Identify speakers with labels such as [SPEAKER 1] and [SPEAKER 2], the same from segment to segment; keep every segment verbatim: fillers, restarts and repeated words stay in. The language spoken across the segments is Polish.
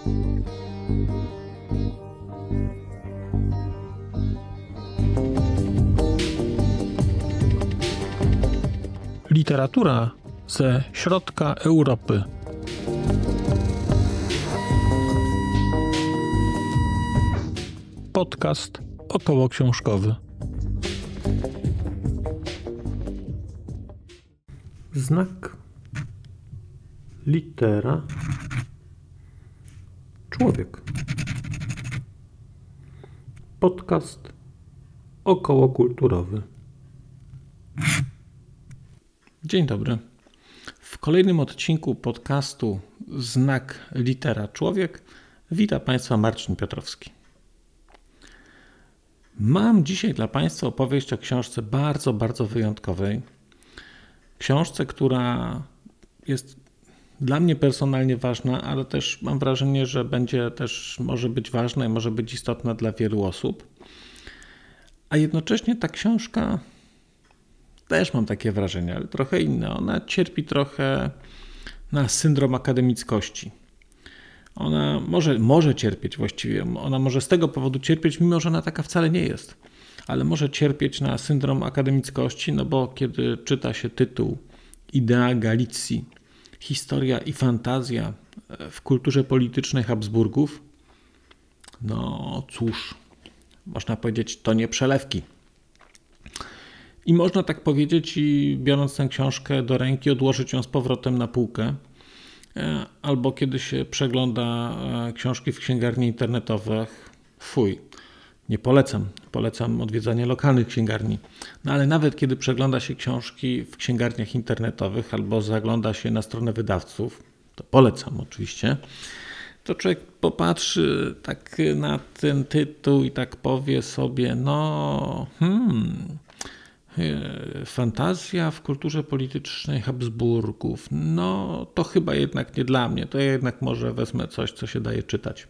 [SPEAKER 1] Literatura ze środka Europy. Podcast okołoksiążkowy. Znak, litera, człowiek. Podcast okołokulturowy. Dzień dobry. W kolejnym odcinku podcastu Znak, litera, człowiek wita Państwa Marcin Piotrowski. Mam dzisiaj dla Państwa opowieść o książce bardzo, bardzo wyjątkowej. Książce, która jest dla mnie personalnie ważna, ale też mam wrażenie, że będzie też może być ważna i może być istotna dla wielu osób. A jednocześnie ta książka, też mam takie wrażenie, ale trochę inne. Ona cierpi trochę na syndrom akademickości. Ona może, może cierpieć właściwie, ona może z tego powodu cierpieć, mimo że ona taka wcale nie jest. Ale może cierpieć na syndrom akademickości, no bo kiedy czyta się tytuł Idea Galicji, historia i fantazja w kulturze politycznej Habsburgów, no cóż, można powiedzieć, to nie przelewki. I można tak powiedzieć i biorąc tę książkę do ręki, odłożyć ją z powrotem na półkę, albo kiedy się przegląda książki w księgarni internetowych, fuj, nie polecam. Polecam odwiedzanie lokalnych księgarni. No ale nawet kiedy przegląda się książki w księgarniach internetowych albo zagląda się na stronę wydawców, to polecam oczywiście, to człowiek popatrzy tak na ten tytuł i tak powie sobie, no hmm, fantazja w kulturze politycznej Habsburgów, no to chyba jednak nie dla mnie, to ja jednak może wezmę coś, co się daje czytać.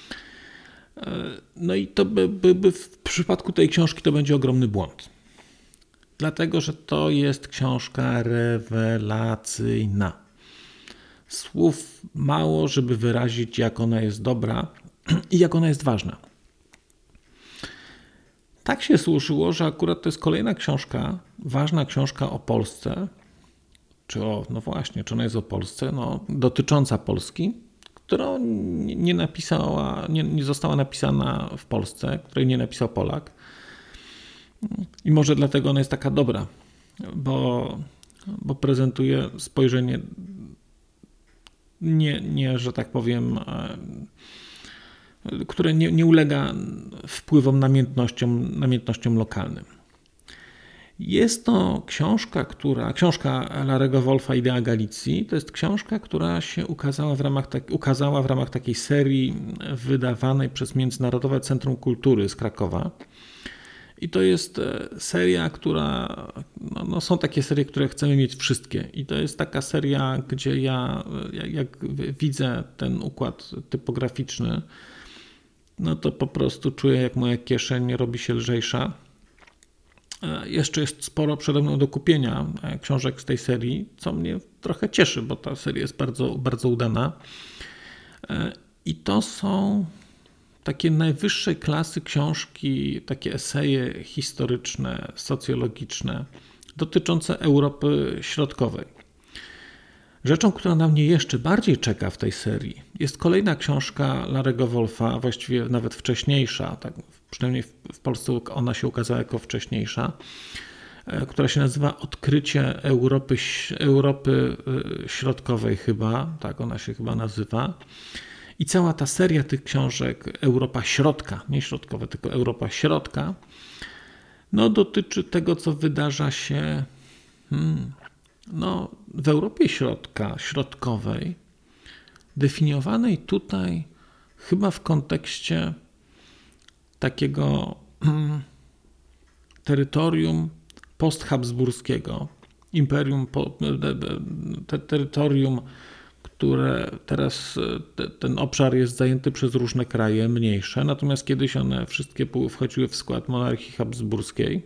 [SPEAKER 1] No i to by, by, by w przypadku tej książki to będzie ogromny błąd. Dlatego, że to jest książka rewelacyjna. Słów mało, żeby wyrazić, jak ona jest dobra i jak ona jest ważna. Tak się złożyło, że akurat to jest kolejna książka, ważna książka o Polsce, czy o, no właśnie, czy ona jest o Polsce, no dotycząca Polski, która nie napisała, nie, nie została napisana w Polsce, której nie napisał Polak. I może dlatego ona jest taka dobra, bo, bo prezentuje spojrzenie nie, nie, że tak powiem, które nie, nie ulega wpływom namiętnościom, namiętnościom lokalnym. Jest to książka, która, książka Larego Wolfa Idea Galicji, to jest książka, która się ukazała w ramach, tak, ukazała w ramach takiej serii wydawanej przez Międzynarodowe Centrum Kultury z Krakowa. I to jest seria, która, no, no są takie serie, które chcemy mieć wszystkie. I to jest taka seria, gdzie ja, jak, jak widzę ten układ typograficzny, no to po prostu czuję, jak moja kieszeń robi się lżejsza. Jeszcze jest sporo przede mną do kupienia książek z tej serii, co mnie trochę cieszy, bo ta seria jest bardzo, bardzo udana. I to są takie najwyższej klasy książki, takie eseje historyczne, socjologiczne, dotyczące Europy Środkowej. Rzeczą, która na mnie jeszcze bardziej czeka w tej serii, jest kolejna książka Larego Wolfa, a właściwie nawet wcześniejsza, tak, przynajmniej w Polsce ona się ukazała jako wcześniejsza, która się nazywa Odkrycie Europy, Europy Środkowej chyba, tak ona się chyba nazywa. I cała ta seria tych książek, Europa Środka, nie środkowe, tylko Europa Środka, no dotyczy tego, co wydarza się hmm, no, w Europie Środka, Środkowej, definiowanej tutaj chyba w kontekście takiego hmm, terytorium posthabsburskiego, imperium, te, terytorium, które teraz ten obszar jest zajęty przez różne kraje mniejsze, natomiast kiedyś one wszystkie wchodziły w skład monarchii habsburskiej.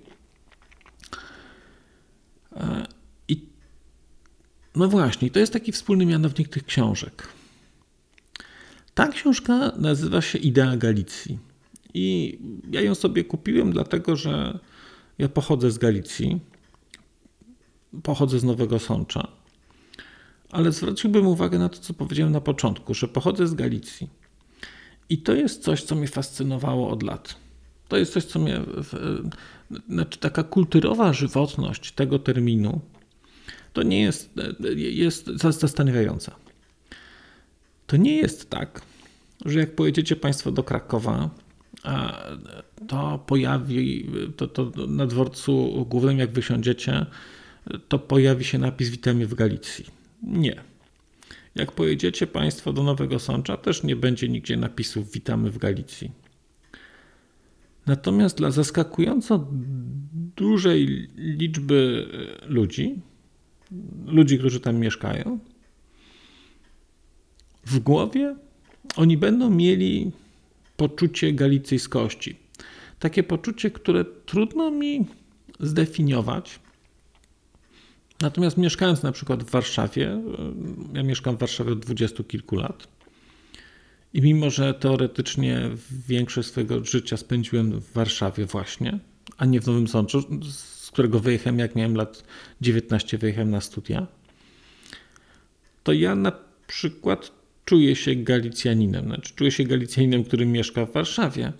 [SPEAKER 1] I no właśnie, to jest taki wspólny mianownik tych książek. Ta książka nazywa się Idea Galicji i ja ją sobie kupiłem dlatego, że ja pochodzę z Galicji, pochodzę z Nowego Sącza, ale zwróciłbym uwagę na to, co powiedziałem na początku, że pochodzę z Galicji i to jest coś, co mnie fascynowało od lat. To jest coś, co mnie, znaczy taka kulturowa żywotność tego terminu, to nie jest, jest zastanawiająca. To nie jest tak, że jak pojedziecie Państwo do Krakowa, to pojawi, to, to na dworcu głównym jak wysiądziecie, to pojawi się napis "Witamy w Galicji". Nie. Jak pojedziecie Państwo do Nowego Sącza, też nie będzie nigdzie napisów "Witamy w Galicji". Natomiast dla zaskakująco dużej liczby ludzi, ludzi, którzy tam mieszkają, w głowie oni będą mieli poczucie galicyjskości. Takie poczucie, które trudno mi zdefiniować. Natomiast mieszkając na przykład w Warszawie, ja mieszkam w Warszawie od dwudziestu kilku lat i mimo, że teoretycznie większość swojego życia spędziłem w Warszawie właśnie, a nie w Nowym Sączu, z którego wyjechałem jak miałem lat dziewiętnaście, wyjechałem na studia, to ja na przykład czuję się Galicjaninem. Znaczy, czuję się Galicjaninem, który mieszka w Warszawie,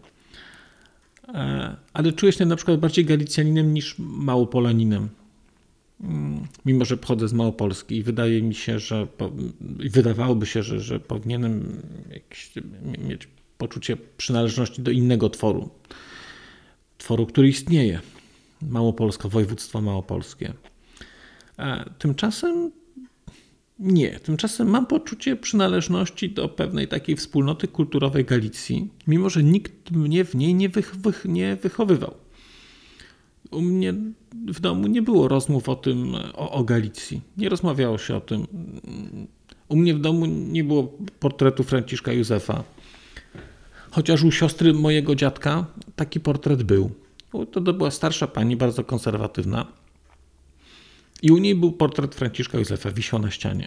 [SPEAKER 1] ale czuję się na przykład bardziej Galicjaninem niż Małopolaninem. Mimo, że pochodzę z Małopolski i wydaje mi się, że wydawałoby się, że, że powinienem jakieś, mieć poczucie przynależności do innego tworu. Tworu, który istnieje. Małopolska, województwo małopolskie. A tymczasem nie. Tymczasem mam poczucie przynależności do pewnej takiej wspólnoty kulturowej Galicji, mimo że nikt mnie w niej nie, wych, wych, nie wychowywał. U mnie w domu nie było rozmów o tym, o, o Galicji. Nie rozmawiało się o tym. U mnie w domu nie było portretu Franciszka Józefa. Chociaż u siostry mojego dziadka taki portret był. To, to była starsza pani, bardzo konserwatywna. I u niej był portret Franciszka Józefa, wisiał na ścianie.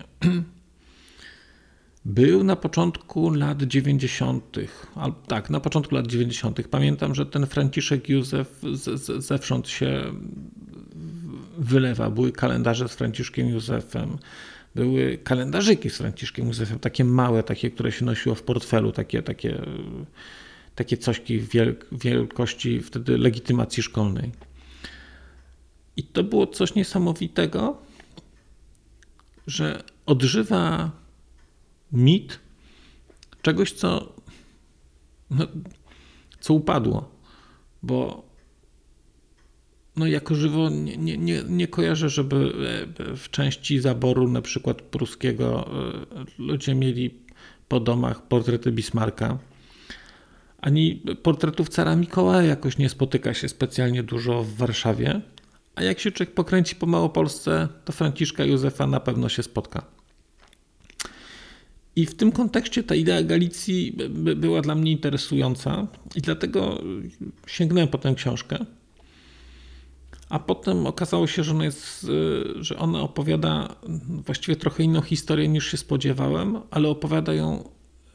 [SPEAKER 1] Był na początku lat dziewięćdziesiątych. Tak, na początku lat dziewięćdziesiątych. Pamiętam, że ten Franciszek Józef z, z, zewsząd się wylewa. Były kalendarze z Franciszkiem Józefem. Były kalendarzyki z Franciszkiem Józefem, takie małe, takie, które się nosiło w portfelu, takie, takie, takie cośki wielkości wtedy legitymacji szkolnej. I to było coś niesamowitego, że odżywa mit czegoś, co, no, co upadło, bo no jako żywo nie, nie, nie, nie kojarzę, żeby w części zaboru na przykład pruskiego ludzie mieli po domach portrety Bismarcka, ani portretów cara Mikołaja jakoś nie spotyka się specjalnie dużo w Warszawie, a jak się człowiek pokręci po Małopolsce, to Franciszka Józefa na pewno się spotka. I w tym kontekście ta idea Galicji była dla mnie interesująca i dlatego sięgnąłem po tę książkę. A potem okazało się, że ona, jest, że ona opowiada właściwie trochę inną historię niż się spodziewałem, ale opowiada ją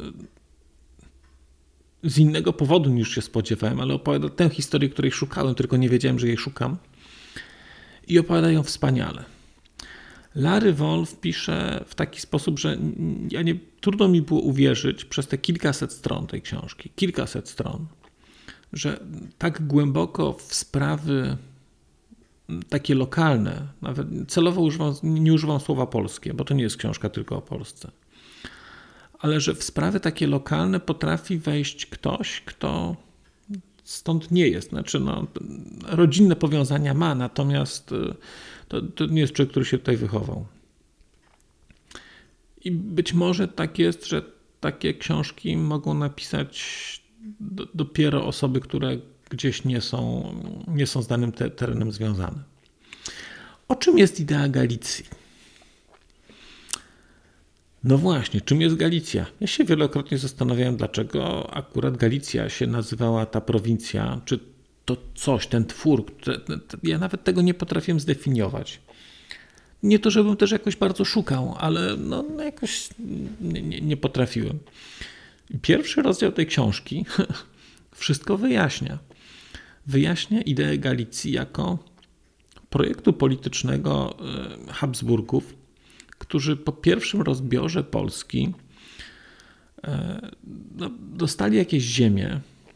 [SPEAKER 1] z innego powodu niż się spodziewałem, ale opowiada tę historię, której szukałem, tylko nie wiedziałem, że jej szukam. I opowiada ją wspaniale. Larry Wolff pisze w taki sposób, że ja nie, trudno mi było uwierzyć przez te kilkaset stron tej książki, kilkaset stron, że tak głęboko w sprawy takie lokalne, nawet celowo używam, nie używam słowa polskie, bo to nie jest książka tylko o Polsce, ale że w sprawy takie lokalne potrafi wejść ktoś, kto stąd nie jest. Znaczy, no, rodzinne powiązania ma, natomiast to, to nie jest człowiek, który się tutaj wychował. I być może tak jest, że takie książki mogą napisać do, dopiero osoby, które gdzieś nie są, nie są z danym te, terenem związane. O czym jest idea Galicji? No właśnie, czym jest Galicja? Ja się wielokrotnie zastanawiałem, dlaczego akurat Galicja się nazywała ta prowincja, czy to coś, ten twór. Ja nawet tego nie potrafiłem zdefiniować. Nie to, żebym też jakoś bardzo szukał, ale no jakoś nie, nie, nie potrafiłem. Pierwszy rozdział tej książki wszystko wyjaśnia. Wyjaśnia ideę Galicji jako projektu politycznego Habsburgów, którzy po pierwszym rozbiorze Polski no, dostali jakieś ziemię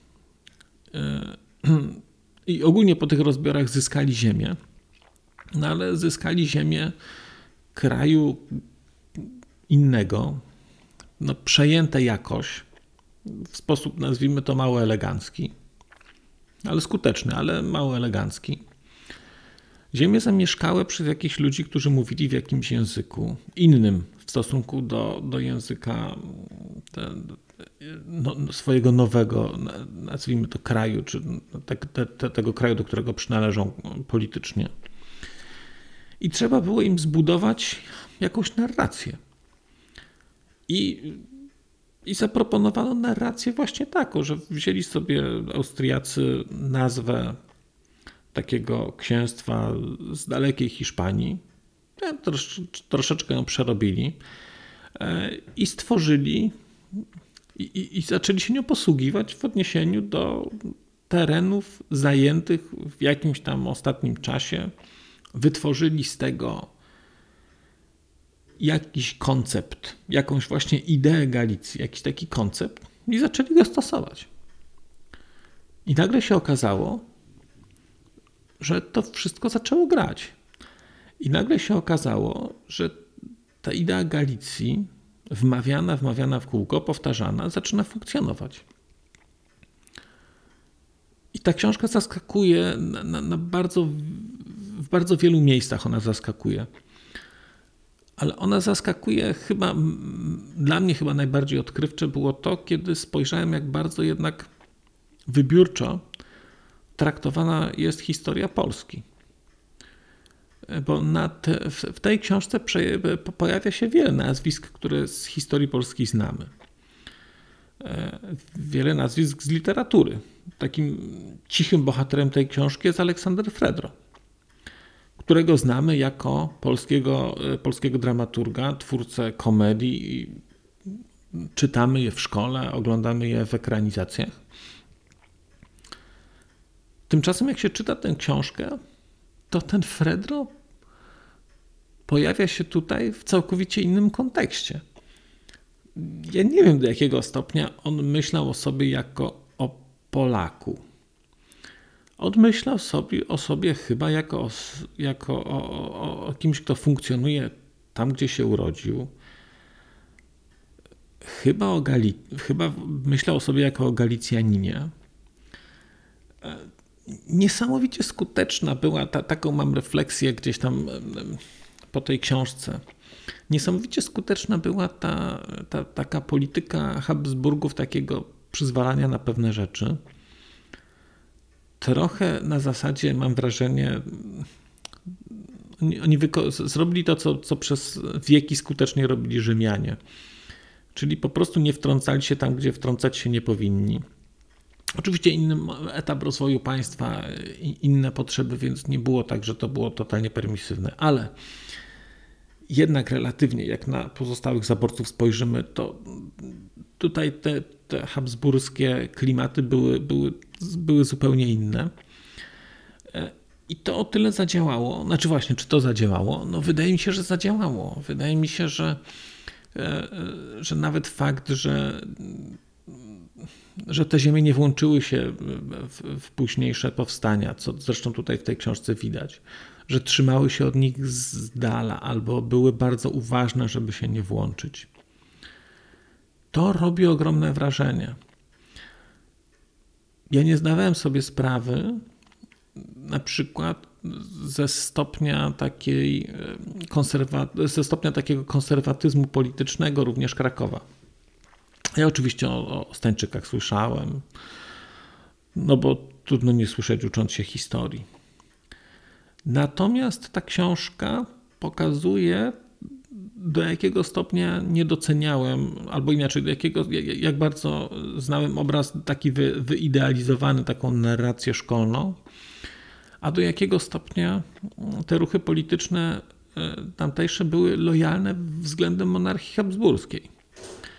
[SPEAKER 1] i ogólnie po tych rozbiorach zyskali ziemię, no ale zyskali ziemię kraju innego, no, przejęte jakoś, w sposób, nazwijmy to, mało elegancki, ale skuteczny, ale mało elegancki. Ziemie zamieszkałe przez jakichś ludzi, którzy mówili w jakimś języku innym w stosunku do, do języka te, no, swojego nowego, nazwijmy to, kraju, czy te, te, te, tego kraju, do którego przynależą politycznie. I trzeba było im zbudować jakąś narrację. I, i zaproponowano narrację właśnie taką, że wzięli sobie Austriacy nazwę takiego księstwa z dalekiej Hiszpanii, trosz, troszeczkę ją przerobili i stworzyli i, i, i zaczęli się nią posługiwać w odniesieniu do terenów zajętych w jakimś tam ostatnim czasie. Wytworzyli z tego jakiś koncept, jakąś właśnie ideę Galicji, jakiś taki koncept i zaczęli go stosować. I nagle się okazało, że to wszystko zaczęło grać. I nagle się okazało, że ta idea Galicji, wmawiana, wmawiana w kółko, powtarzana, zaczyna funkcjonować. I ta książka zaskakuje na, na, na bardzo, w bardzo wielu miejscach ona zaskakuje. Ale ona zaskakuje chyba, dla mnie chyba najbardziej odkrywcze było to, kiedy spojrzałem, jak bardzo jednak wybiórczo traktowana jest historia Polski. Bo na te, w tej książce pojawia się wiele nazwisk, które z historii polskiej znamy. Wiele nazwisk z literatury. Takim cichym bohaterem tej książki jest Aleksander Fredro, którego znamy jako polskiego, polskiego dramaturga, twórcę komedii. Czytamy je w szkole, oglądamy je w ekranizacjach. Tymczasem jak się czyta tę książkę, to ten Fredro pojawia się tutaj w całkowicie innym kontekście. Ja nie wiem, do jakiego stopnia on myślał o sobie jako o Polaku. On myślał sobie, o sobie chyba jako, o, jako o, o, o kimś, kto funkcjonuje tam, gdzie się urodził. Chyba, o Gali- chyba myślał o sobie jako o Galicjaninie. Niesamowicie skuteczna była, ta, taką mam refleksję gdzieś tam po tej książce, niesamowicie skuteczna była ta, ta taka polityka Habsburgów, takiego przyzwalania na pewne rzeczy. Trochę na zasadzie, mam wrażenie, oni, oni wyko- zrobili to, co, co przez wieki skutecznie robili Rzymianie. Czyli po prostu nie wtrącali się tam, gdzie wtrącać się nie powinni. Oczywiście inny etap rozwoju państwa, inne potrzeby, więc nie było tak, że to było totalnie permisywne, ale jednak relatywnie, jak na pozostałych zaborców spojrzymy, to tutaj te, te habsburskie klimaty były, były, były zupełnie inne. I to o tyle zadziałało, znaczy właśnie, czy to zadziałało? No wydaje mi się, że zadziałało. Wydaje mi się, że, że nawet fakt, że że te ziemie nie włączyły się w, w późniejsze powstania, co zresztą tutaj w tej książce widać, że trzymały się od nich z dala albo były bardzo uważne, żeby się nie włączyć. To robi ogromne wrażenie. Ja nie zdawałem sobie sprawy na przykład ze stopnia takiej konserwa- ze stopnia takiego konserwatyzmu politycznego również Krakowa. Ja oczywiście o, o Stańczykach słyszałem, no bo trudno nie słyszeć, ucząc się historii. Natomiast ta książka pokazuje, do jakiego stopnia nie doceniałem, albo inaczej, do jakiego, jak bardzo znałem obraz taki wy, wyidealizowany, taką narrację szkolną, a do jakiego stopnia te ruchy polityczne tamtejsze były lojalne względem monarchii habsburskiej.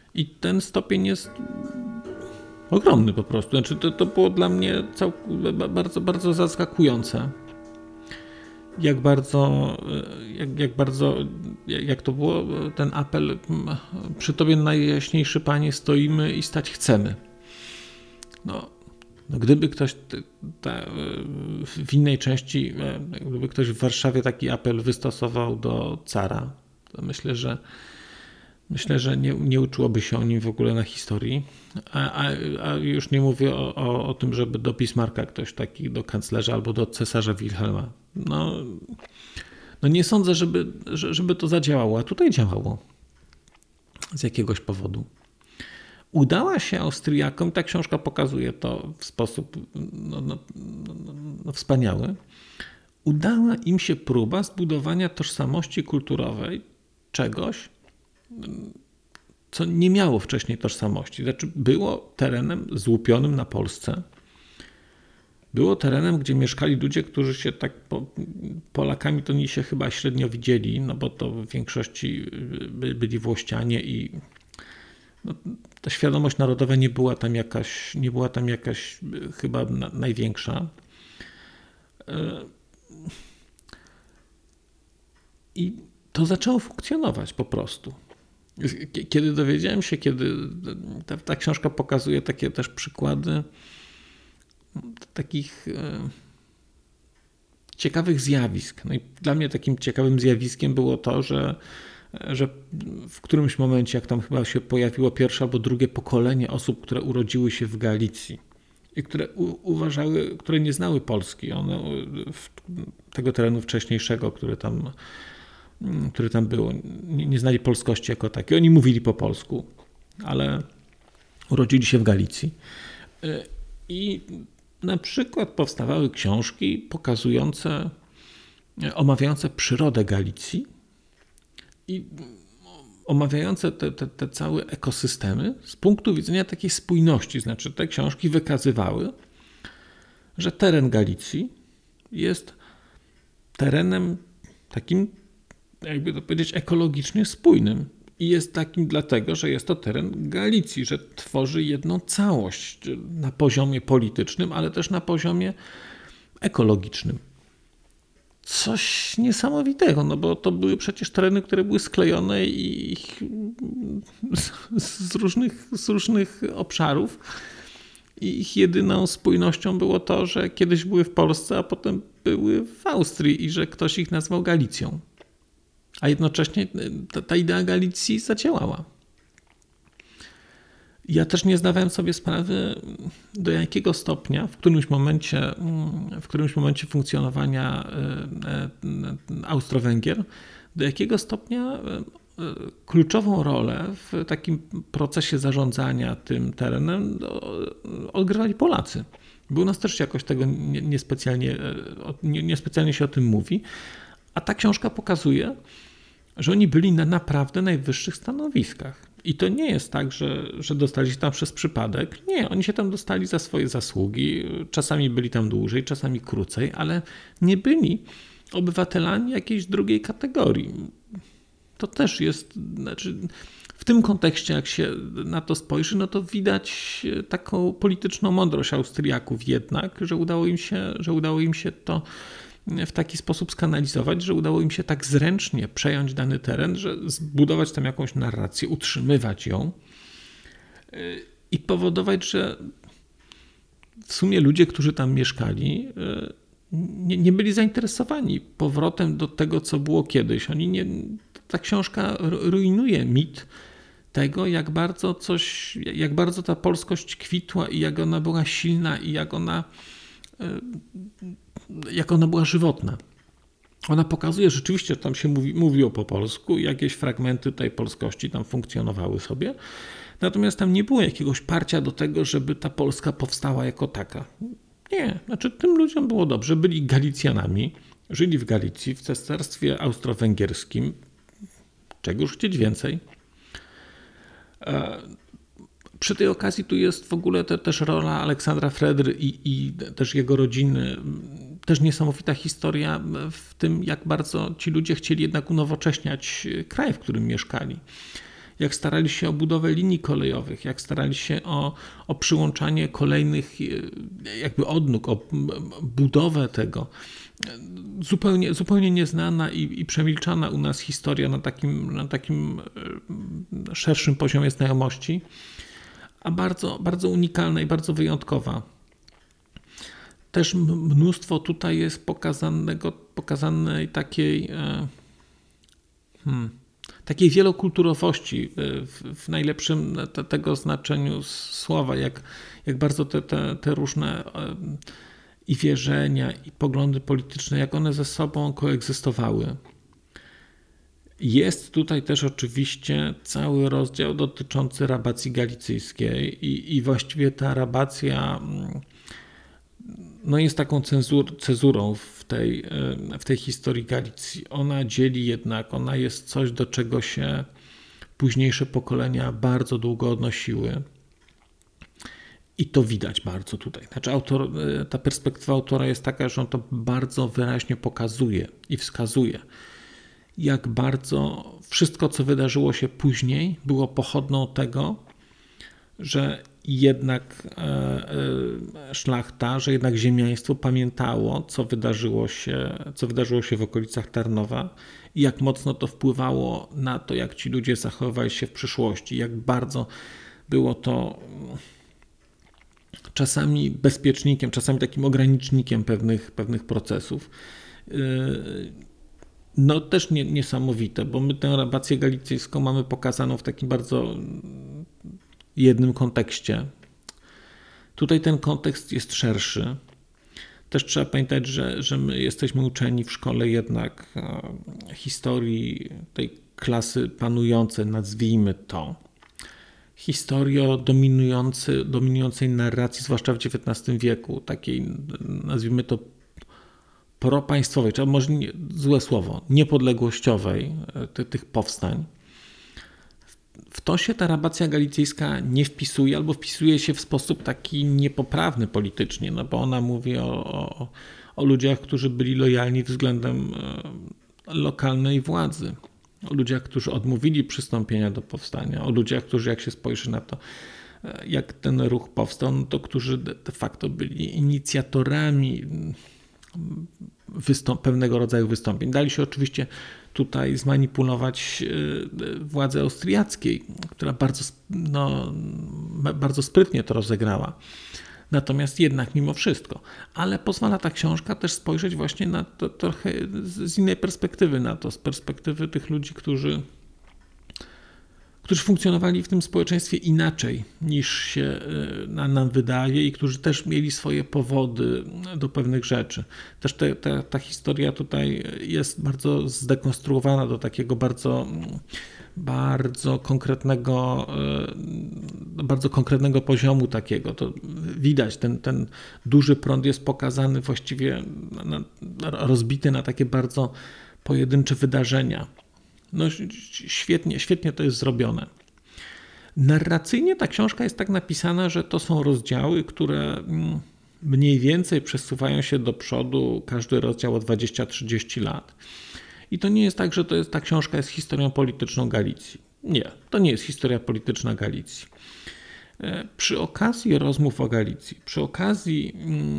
[SPEAKER 1] I ten stopień jest ogromny po prostu. Znaczy to, to było dla mnie cał, bardzo, bardzo zaskakujące. Jak bardzo, jak, jak bardzo, jak to było, ten apel: przy Tobie, Najjaśniejszy Panie, stoimy i stać chcemy. No, no gdyby ktoś ta, w innej części, gdyby ktoś w Warszawie taki apel wystosował do cara, to myślę, że myślę, że nie, nie uczyłoby się o nim w ogóle na historii. A, a, a już nie mówię o, o, o tym, żeby do Bismarcka ktoś taki, do kanclerza albo do cesarza Wilhelma. No, no nie sądzę, żeby, żeby to zadziałało, a tutaj działało z jakiegoś powodu. Udała się Austriakom, ta książka pokazuje to w sposób no, no, no, no, wspaniały, udała im się próba zbudowania tożsamości kulturowej czegoś, co nie miało wcześniej tożsamości. Znaczy było terenem złupionym na Polsce. Było terenem, gdzie mieszkali ludzie, którzy się tak po, Polakami to nie się chyba średnio widzieli, no bo to w większości byli Włościanie i no, ta świadomość narodowa nie była tam jakaś, nie była tam jakaś chyba na, największa. I to zaczęło funkcjonować po prostu. Kiedy dowiedziałem się, kiedy ta, ta książka pokazuje takie też przykłady takich e, ciekawych zjawisk. No i dla mnie takim ciekawym zjawiskiem było to, że, że w którymś momencie, jak tam chyba się pojawiło pierwsze albo drugie pokolenie osób, które urodziły się w Galicji i które u, uważały, które nie znały Polski, one w, tego terenu wcześniejszego, który tam który tam było, nie, nie znali polskości jako takiej. Oni mówili po polsku, ale urodzili się w Galicji. I na przykład powstawały książki pokazujące, omawiające przyrodę Galicji i omawiające te, te, te całe ekosystemy z punktu widzenia takiej spójności. Znaczy te książki wykazywały, że teren Galicji jest terenem takim, jakby to powiedzieć, ekologicznie spójnym. I jest takim dlatego, że jest to teren Galicji, że tworzy jedną całość na poziomie politycznym, ale też na poziomie ekologicznym. Coś niesamowitego, no bo to były przecież tereny, które były sklejone i z różnych, z różnych obszarów. I ich jedyną spójnością było to, że kiedyś były w Polsce, a potem były w Austrii i że ktoś ich nazwał Galicją. A jednocześnie ta, ta idea Galicji zadziałała. Ja też nie zdawałem sobie sprawy, do jakiego stopnia w którymś momencie, w którymś momencie funkcjonowania Austro-Węgier, do jakiego stopnia kluczową rolę w takim procesie zarządzania tym terenem odgrywali Polacy. Bo u nas też jakoś tego niespecjalnie, niespecjalnie się o tym mówi. A ta książka pokazuje, że oni byli na naprawdę najwyższych stanowiskach. I to nie jest tak, że, że dostali się tam przez przypadek. Nie, oni się tam dostali za swoje zasługi. Czasami byli tam dłużej, czasami krócej, ale nie byli obywatelami jakiejś drugiej kategorii. To też jest, znaczy w tym kontekście, jak się na to spojrzy, no to widać taką polityczną mądrość Austriaków jednak, że udało im się, że udało im się to w taki sposób skanalizować, że udało im się tak zręcznie przejąć dany teren, że zbudować tam jakąś narrację, utrzymywać ją i powodować, że w sumie ludzie, którzy tam mieszkali, nie, nie byli zainteresowani powrotem do tego, co było kiedyś. Oni nie, ta książka rujnuje mit tego, jak bardzo coś, jak bardzo ta polskość kwitła i jak ona była silna i jak ona jak ona była żywotna. Ona pokazuje rzeczywiście, że tam się mówi, mówiło po polsku, jakieś fragmenty tej polskości tam funkcjonowały sobie, natomiast tam nie było jakiegoś parcia do tego, żeby ta Polska powstała jako taka. Nie, znaczy tym ludziom było dobrze, byli Galicjanami, żyli w Galicji, w Cesarstwie Austro-Węgierskim, czegoż chcieć więcej. Przy tej okazji tu jest w ogóle te, też rola Aleksandra Fredry i, i też jego rodziny. Też niesamowita historia w tym, jak bardzo ci ludzie chcieli jednak unowocześniać kraj, w którym mieszkali. jak starali się o budowę linii kolejowych, jak starali się o, o przyłączanie kolejnych jakby odnóg, o budowę tego. Zupełnie, zupełnie nieznana i, i przemilczana u nas historia na takim, na takim szerszym poziomie znajomości, a bardzo, bardzo unikalna i bardzo wyjątkowa. Też mnóstwo tutaj jest pokazanego, pokazanej takiej, hmm, takiej wielokulturowości w, w najlepszym te, tego znaczeniu słowa, jak, jak bardzo te, te, te różne i wierzenia, i poglądy polityczne, jak one ze sobą koegzystowały. Jest tutaj też oczywiście cały rozdział dotyczący rabacji galicyjskiej i, i właściwie ta rabacja no jest taką cenzur, cezurą w tej, w tej historii Galicji. Ona dzieli jednak, ona jest coś, do czego się późniejsze pokolenia bardzo długo odnosiły. I to widać bardzo tutaj. Znaczy autor, ta perspektywa autora jest taka, że on to bardzo wyraźnie pokazuje i wskazuje, jak bardzo wszystko, co wydarzyło się później, było pochodną tego, że jednak szlachta, że jednak ziemiaństwo pamiętało, co wydarzyło się, co wydarzyło się w okolicach Tarnowa i jak mocno to wpływało na to, jak ci ludzie zachowywali się w przyszłości, jak bardzo było to czasami bezpiecznikiem, czasami takim ogranicznikiem pewnych, pewnych procesów. No też nie, niesamowite, bo my tę rabację galicyjską mamy pokazaną w takim bardzo jednym kontekście. Tutaj ten kontekst jest szerszy. Też trzeba pamiętać, że, że my jesteśmy uczeni w szkole jednak historii tej klasy panującej, nazwijmy to. Historii o dominujący, dominującej narracji, zwłaszcza w dziewiętnastym wieku, takiej, nazwijmy to, propaństwowej, czy może nie, złe słowo, niepodległościowej ty, tych powstań. W to się ta rabacja galicyjska nie wpisuje, albo wpisuje się w sposób taki niepoprawny politycznie, no bo ona mówi o, o, o ludziach, którzy byli lojalni względem lokalnej władzy. O ludziach, którzy odmówili przystąpienia do powstania, o ludziach, którzy jak się spojrzy na to, jak ten ruch powstał, no to którzy de facto byli inicjatorami wystąp pewnego rodzaju wystąpień. Dali się oczywiście tutaj zmanipulować władzy austriackiej, która bardzo, no, bardzo sprytnie to rozegrała. Natomiast jednak mimo wszystko. Ale pozwala ta książka też spojrzeć właśnie na to trochę z innej perspektywy, na to z perspektywy tych ludzi, którzy, którzy funkcjonowali w tym społeczeństwie inaczej niż się nam wydaje i którzy też mieli swoje powody do pewnych rzeczy. Też te, te, ta historia tutaj jest bardzo zdekonstruowana do takiego bardzo bardzo konkretnego, bardzo konkretnego poziomu takiego. To widać, ten, ten duży prąd jest pokazany właściwie na, rozbity na takie bardzo pojedyncze wydarzenia. No świetnie, świetnie to jest zrobione. Narracyjnie ta książka jest tak napisana, że to są rozdziały, które mniej więcej przesuwają się do przodu, każdy rozdział o dwadzieścia trzydzieści lat. I to nie jest tak, że to jest, ta książka jest historią polityczną Galicji. Nie, to nie jest historia polityczna Galicji. Przy okazji rozmów o Galicji, przy okazji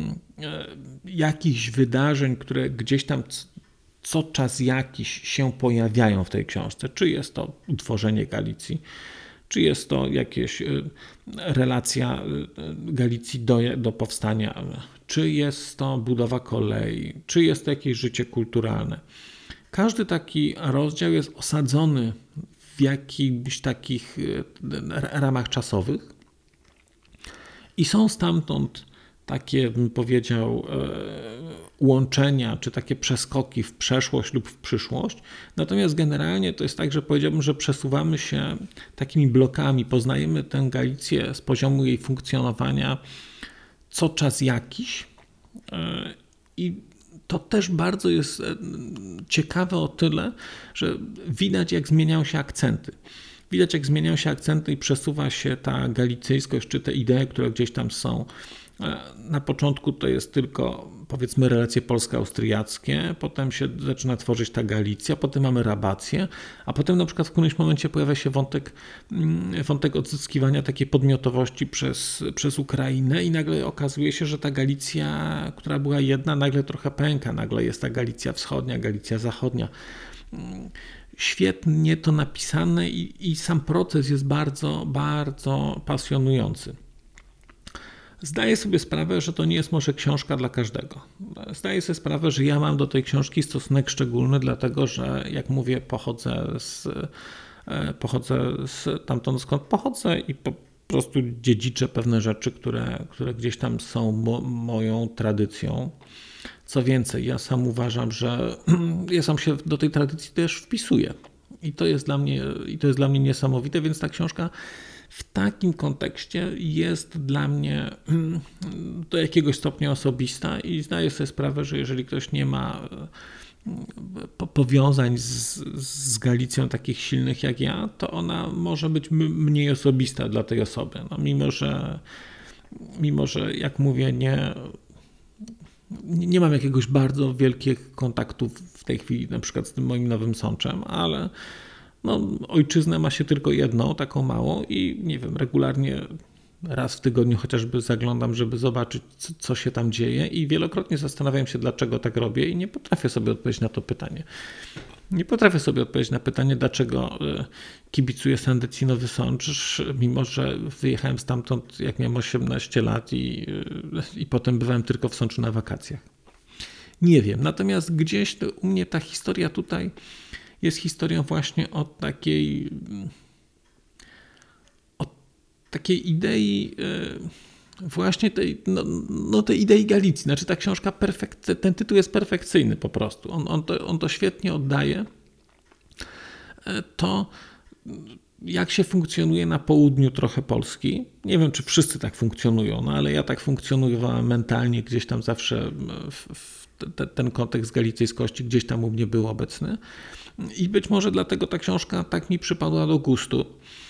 [SPEAKER 1] jakichś wydarzeń, które gdzieś tam co czas jakiś się pojawiają w tej książce, czy jest to utworzenie Galicji, czy jest to jakaś relacja Galicji do, do powstania, czy jest to budowa kolei, czy jest to jakieś życie kulturalne. Każdy taki rozdział jest osadzony w jakichś takich ramach czasowych i są stamtąd takie, bym powiedział, łączenia, czy takie przeskoki w przeszłość lub w przyszłość. Natomiast generalnie to jest tak, że powiedziałbym, że przesuwamy się takimi blokami, poznajemy tę Galicję z poziomu jej funkcjonowania co czas jakiś i to też bardzo jest ciekawe o tyle, że widać, jak zmieniają się akcenty. Widać, jak zmieniają się akcenty i przesuwa się ta galicyjskość, czy te idee, które gdzieś tam są Na początku to jest tylko, powiedzmy, relacje polsko-austriackie, potem się zaczyna tworzyć ta Galicja, potem mamy Rabację, a potem na przykład w którymś momencie pojawia się wątek, wątek odzyskiwania takiej podmiotowości przez, przez Ukrainę i nagle okazuje się, że ta Galicja, która była jedna, nagle trochę pęka, nagle jest ta Galicja wschodnia, Galicja zachodnia. Świetnie to napisane i, i sam proces jest bardzo, bardzo pasjonujący. Zdaję sobie sprawę, że to nie jest może książka dla każdego. Zdaję sobie sprawę, że ja mam do tej książki stosunek szczególny, dlatego że, jak mówię, pochodzę z, pochodzę z tamtąd, skąd pochodzę i po prostu dziedziczę pewne rzeczy, które, które gdzieś tam są mo, moją tradycją. Co więcej, ja sam uważam, że ja sam się do tej tradycji też wpisuję. I to jest dla mnie, i to jest dla mnie niesamowite, więc ta książka w takim kontekście jest dla mnie do jakiegoś stopnia osobista i zdaję sobie sprawę, że jeżeli ktoś nie ma powiązań z, z Galicją takich silnych jak ja, to ona może być mniej osobista dla tej osoby. No, mimo, że, mimo, że jak mówię, nie, nie mam jakiegoś bardzo wielkich kontaktów w tej chwili, na przykład z tym moim Nowym Sączem, ale no, ojczyznę ma się tylko jedną, taką małą i nie wiem, regularnie raz w tygodniu chociażby zaglądam, żeby zobaczyć, co się tam dzieje i wielokrotnie zastanawiam się, dlaczego tak robię i nie potrafię sobie odpowiedzieć na to pytanie. Nie potrafię sobie odpowiedzieć na pytanie, dlaczego kibicuję Sandecji Nowy Sącz, mimo że wyjechałem stamtąd, jak miałem osiemnaście lat i, i potem bywałem tylko w Sączu na wakacjach. Nie wiem, natomiast gdzieś to, u mnie ta historia tutaj jest historią właśnie o takiej, o takiej idei, właśnie tej, no, no tej idei Galicji. Znaczy ta książka, perfek- ten tytuł jest perfekcyjny po prostu. On, on, to, on to świetnie oddaje to, jak się funkcjonuje na południu trochę Polski. Nie wiem, czy wszyscy tak funkcjonują, no ale ja tak funkcjonowałem mentalnie, gdzieś tam zawsze w, w te, ten kontekst galicyjskości gdzieś tam u mnie był obecny. I być może dlatego ta książka tak mi przypadła do gustu.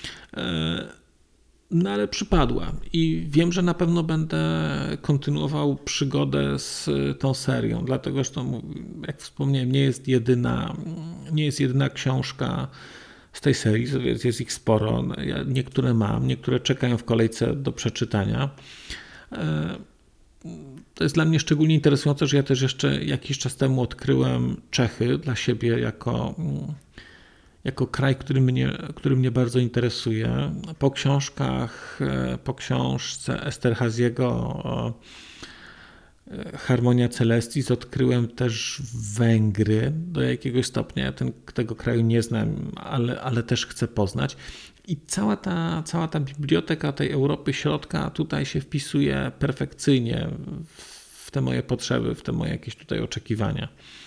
[SPEAKER 1] No ale przypadła i wiem, że na pewno będę kontynuował przygodę z tą serią, dlatego że to, jak wspomniałem, nie jest jedyna, nie jest jedyna książka z tej serii, jest ich sporo. Ja niektóre mam, niektóre czekają w kolejce do przeczytania. To jest dla mnie szczególnie interesujące, że ja też jeszcze jakiś czas temu odkryłem Czechy dla siebie jako, jako kraj, który mnie, który mnie bardzo interesuje. Po książkach, po książce Esterhazy'ego Harmonia Celestis odkryłem też Węgry do jakiegoś stopnia. Ja ten, tego kraju nie znam, ale, ale też chcę poznać. I cała ta, cała ta biblioteka tej Europy Środka tutaj się wpisuje perfekcyjnie w te moje potrzeby, w te moje jakieś tutaj oczekiwania.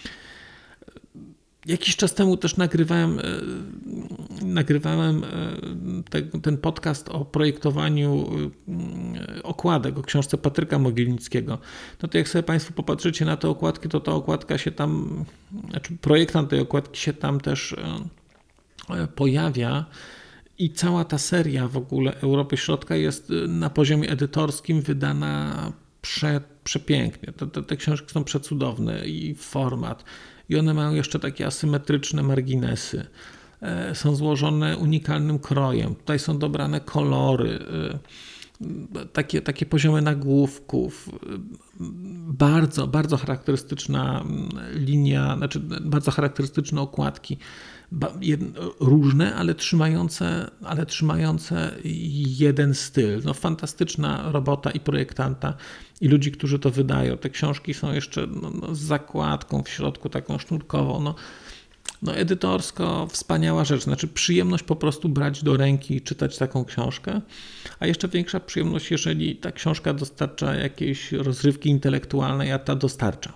[SPEAKER 1] Jakiś czas temu też nagrywałem, nagrywałem te, ten podcast o projektowaniu okładek, o książce Patryka Mogilnickiego. No to jak sobie Państwo popatrzycie na te okładki, to ta okładka się tam, znaczy projektant tej okładki się tam też pojawia. I cała ta seria w ogóle Europy Środka jest na poziomie edytorskim wydana prze, przepięknie. Te, te, te książki są przecudowne i format. I one mają jeszcze takie asymetryczne marginesy. Są złożone unikalnym krojem. Tutaj są dobrane kolory, takie, takie poziomy nagłówków. Bardzo, bardzo charakterystyczna linia, znaczy bardzo charakterystyczne okładki. Różne, ale trzymające, ale trzymające jeden styl. No, fantastyczna robota i projektanta, i ludzi, którzy to wydają. Te książki są jeszcze no, no, z zakładką w środku, taką sznurkową. No, no, edytorsko wspaniała rzecz. Znaczy przyjemność po prostu brać do ręki i czytać taką książkę, a jeszcze większa przyjemność, jeżeli ta książka dostarcza jakiejś rozrywki intelektualnej, a ta dostarcza.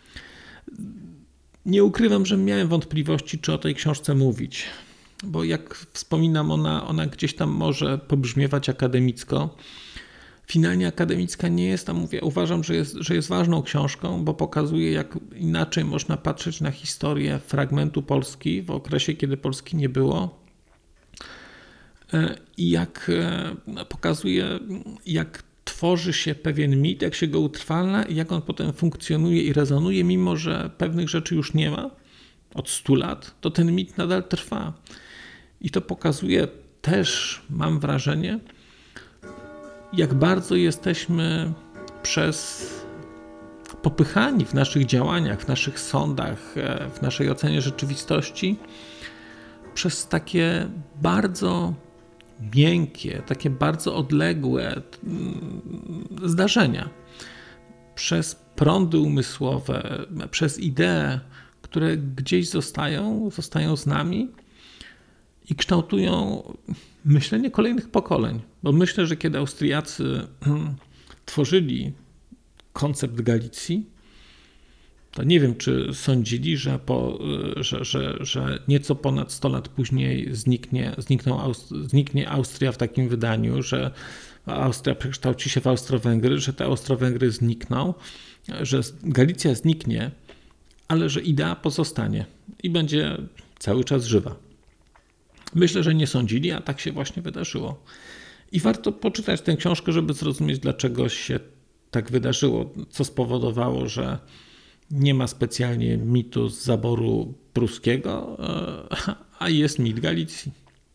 [SPEAKER 1] Nie ukrywam, że miałem wątpliwości, czy o tej książce mówić, bo jak wspominam, ona, ona gdzieś tam może pobrzmiewać akademicko. Finalnie akademicka nie jest, a mówię, uważam, że jest, że jest ważną książką, bo pokazuje, jak inaczej można patrzeć na historię fragmentu Polski w okresie, kiedy Polski nie było. I jak pokazuje, jak tworzy się pewien mit, jak się go utrwala i jak on potem funkcjonuje i rezonuje, mimo że pewnych rzeczy już nie ma od stu lat, to ten mit nadal trwa. I to pokazuje też, mam wrażenie, jak bardzo jesteśmy przez popychani w naszych działaniach, w naszych sądach, w naszej ocenie rzeczywistości przez takie bardzo miękkie, takie bardzo odległe zdarzenia, przez prądy umysłowe, przez idee, które gdzieś zostają, zostają z nami i kształtują myślenie kolejnych pokoleń. Bo myślę, że kiedy Austriacy tworzyli koncept Galicji, to nie wiem, czy sądzili, że, po, że, że, że nieco ponad sto lat później zniknie, znikną, zniknie Austria w takim wydaniu, że Austria przekształci się w Austro-Węgry, że te Austro-Węgry znikną, że Galicja zniknie, ale że idea pozostanie i będzie cały czas żywa. Myślę, że nie sądzili, a tak się właśnie wydarzyło. I warto poczytać tę książkę, żeby zrozumieć, dlaczego się tak wydarzyło, co spowodowało, że nie ma specjalnie mitu z zaboru pruskiego, a jest mit Galicji.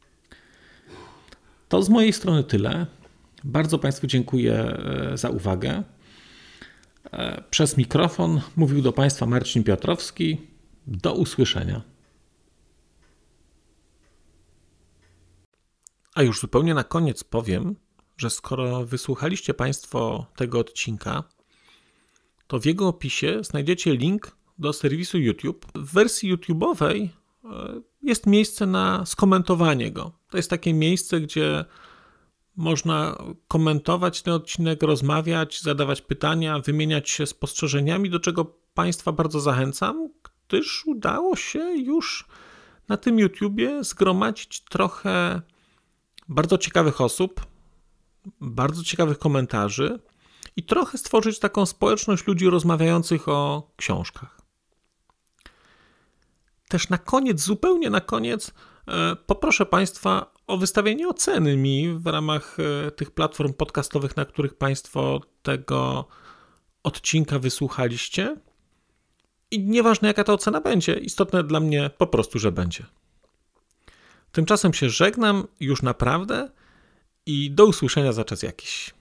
[SPEAKER 1] To z mojej strony tyle. Bardzo Państwu dziękuję za uwagę. Przez mikrofon mówił do Państwa Marcin Piotrowski. Do usłyszenia. A już zupełnie na koniec powiem, że skoro wysłuchaliście Państwo tego odcinka, to w jego opisie znajdziecie link do serwisu YouTube. W wersji YouTube'owej jest miejsce na skomentowanie go. To jest takie miejsce, gdzie można komentować ten odcinek, rozmawiać, zadawać pytania, wymieniać się spostrzeżeniami, do czego Państwa bardzo zachęcam, gdyż udało się już na tym YouTubie zgromadzić trochę bardzo ciekawych osób, bardzo ciekawych komentarzy i trochę stworzyć taką społeczność ludzi rozmawiających o książkach. Też na koniec, zupełnie na koniec, poproszę Państwa o wystawienie oceny mi w ramach tych platform podcastowych, na których Państwo tego odcinka wysłuchaliście. I nieważne, jaka ta ocena będzie, istotne dla mnie po prostu, że będzie. Tymczasem się żegnam już naprawdę i do usłyszenia za czas jakiś.